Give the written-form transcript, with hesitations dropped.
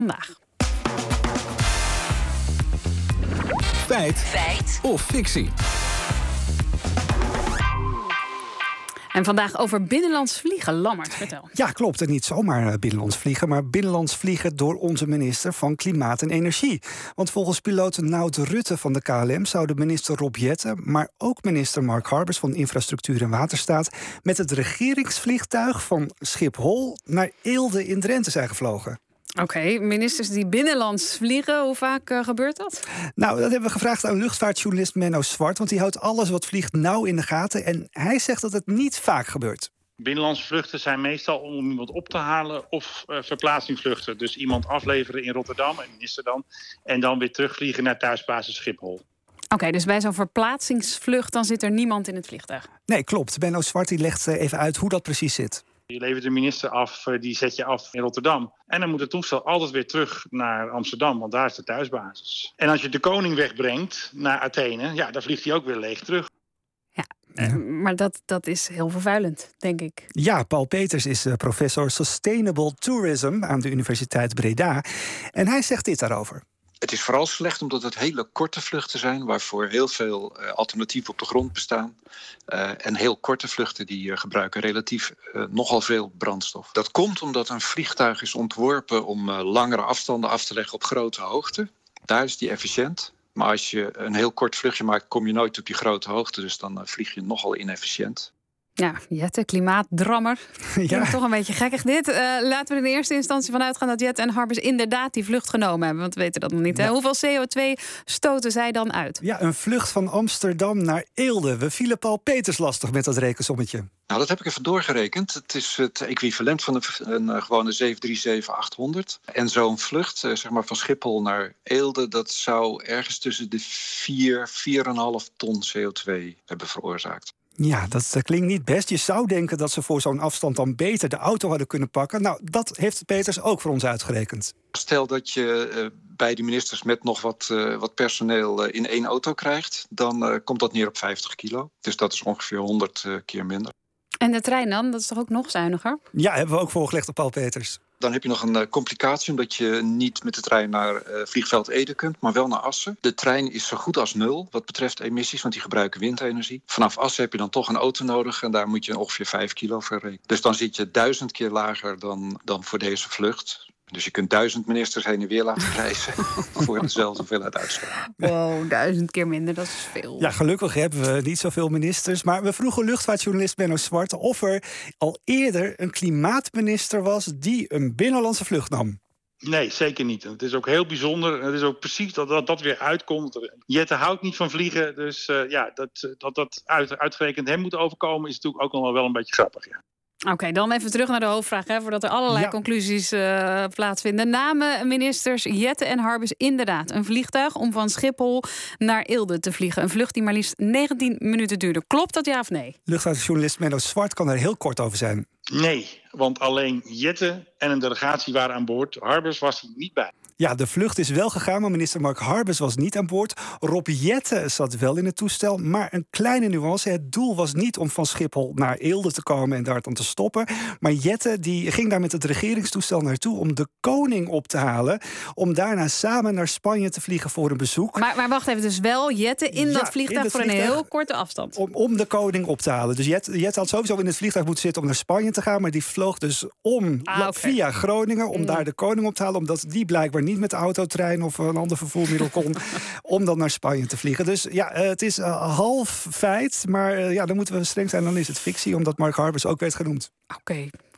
vandaag. Feit of fictie? En vandaag over binnenlands vliegen. Lammert, vertel. Ja, klopt. En niet zomaar binnenlands vliegen, maar binnenlands vliegen door onze minister van Klimaat en Energie. Want volgens piloot Nout Rutte van de KLM zouden minister Rob Jetten, maar ook minister Mark Harbers van Infrastructuur en Waterstaat met het regeringsvliegtuig van Schiphol naar Eelde in Drenthe zijn gevlogen. Oké, ministers die binnenlands vliegen, hoe vaak gebeurt dat? Nou, dat hebben we gevraagd aan luchtvaartjournalist Menno Zwart, want die houdt alles wat vliegt nauw in de gaten. En hij zegt dat het niet vaak gebeurt. Binnenlandse vluchten zijn meestal om iemand op te halen of verplaatsingsvluchten. Dus iemand afleveren in Rotterdam, een minister dan, en dan weer terugvliegen naar thuisbasis Schiphol. Oké, dus bij zo'n verplaatsingsvlucht dan zit er niemand in het vliegtuig? Nee, klopt. Menno Zwart die legt even uit hoe dat precies zit. Je levert de minister af, die zet je af in Rotterdam. En dan moet het toestel altijd weer terug naar Amsterdam, want daar is de thuisbasis. En als je de koning wegbrengt naar Athene, ja, dan vliegt hij ook weer leeg terug. Ja, maar dat is heel vervuilend, denk ik. Ja, Paul Peters is professor Sustainable Tourism aan de Universiteit Breda. En hij zegt dit daarover. Het is vooral slecht omdat het hele korte vluchten zijn, waarvoor heel veel alternatieven op de grond bestaan. En heel korte vluchten die gebruiken relatief nogal veel brandstof. Dat komt omdat een vliegtuig is ontworpen om langere afstanden af te leggen op grote hoogte. Daar is die efficiënt. Maar als je een heel kort vluchtje maakt, kom je nooit op die grote hoogte. Dus dan vlieg je nogal inefficiënt. Ja, Jette, klimaatdrammer. Ja. Toch een beetje gekkig dit. Laten we er in eerste instantie van uitgaan dat Jette en Harbers inderdaad die vlucht genomen hebben. Want we weten dat nog niet. Ja. Hoeveel CO2 stoten zij dan uit? Ja, een vlucht van Amsterdam naar Eelde. We vielen Paul Peters lastig met dat rekensommetje. Nou, dat heb ik even doorgerekend. Het is het equivalent van een gewone 737-800. En zo'n vlucht, zeg maar van Schiphol naar Eelde, dat zou ergens tussen de 4,5 ton CO2 hebben veroorzaakt. Ja, dat klinkt niet best. Je zou denken dat ze voor zo'n afstand dan beter de auto hadden kunnen pakken. Nou, dat heeft Peters ook voor ons uitgerekend. Stel dat je bij de ministers met nog wat personeel in één auto krijgt, dan komt dat neer op 50 kilo. Dus dat is ongeveer 100 keer minder. En de trein dan? Dat is toch ook nog zuiniger? Ja, hebben we ook voorgelegd op Paul Peters. Dan heb je nog een complicatie, omdat je niet met de trein naar vliegveld Ede kunt, maar wel naar Assen. De trein is zo goed als nul wat betreft emissies, want die gebruiken windenergie. Vanaf Assen heb je dan toch een auto nodig en daar moet je ongeveer 5 kilo voor rekenen. Dus dan zit je 1000 keer lager dan voor deze vlucht. Dus je kunt 1000 ministers heen en weer laten reizen voor dezelfde hoeveelheid uitstoot. Wow, 1000 keer minder, dat is veel. Ja, gelukkig hebben we niet zoveel ministers. Maar we vroegen luchtvaartjournalist Menno Zwart of er al eerder een klimaatminister was die een binnenlandse vlucht nam. Nee, zeker niet. Het is ook heel bijzonder. Het is ook precies dat weer uitkomt. Jette houdt niet van vliegen. Dus dat uitgerekend hem moet overkomen is natuurlijk ook nog wel een beetje grappig. Ja. Oké, dan even terug naar de hoofdvraag, voordat er allerlei conclusies plaatsvinden. Namen ministers Jette en Harbers inderdaad een vliegtuig om van Schiphol naar Eelde te vliegen. Een vlucht die maar liefst 19 minuten duurde. Klopt dat, ja of nee? Luchtvaartjournalist Menno Zwart kan er heel kort over zijn. Nee, want alleen Jette en een delegatie waren aan boord. Harbers was hier niet bij. Ja, de vlucht is wel gegaan, maar minister Mark Harbers was niet aan boord. Rob Jetten zat wel in het toestel, maar een kleine nuance. Het doel was niet om van Schiphol naar Eelde te komen en daar dan te stoppen. Maar Jetten die ging daar met het regeringstoestel naartoe om de koning op te halen. Om daarna samen naar Spanje te vliegen voor een bezoek. Maar wacht even, dus wel Jetten in dat vliegtuig voor een heel korte afstand. Om de koning op te halen. Dus Jetten had sowieso in het vliegtuig moeten zitten om naar Spanje te gaan. Maar die vloog dus via Groningen om daar de koning op te halen. Omdat die blijkbaar niet met de autotrein of een ander vervoermiddel kon om dan naar Spanje te vliegen. Dus ja, het is half feit, maar dan moeten we streng zijn. Dan is het fictie, omdat Mark Harbers ook werd genoemd. Oké.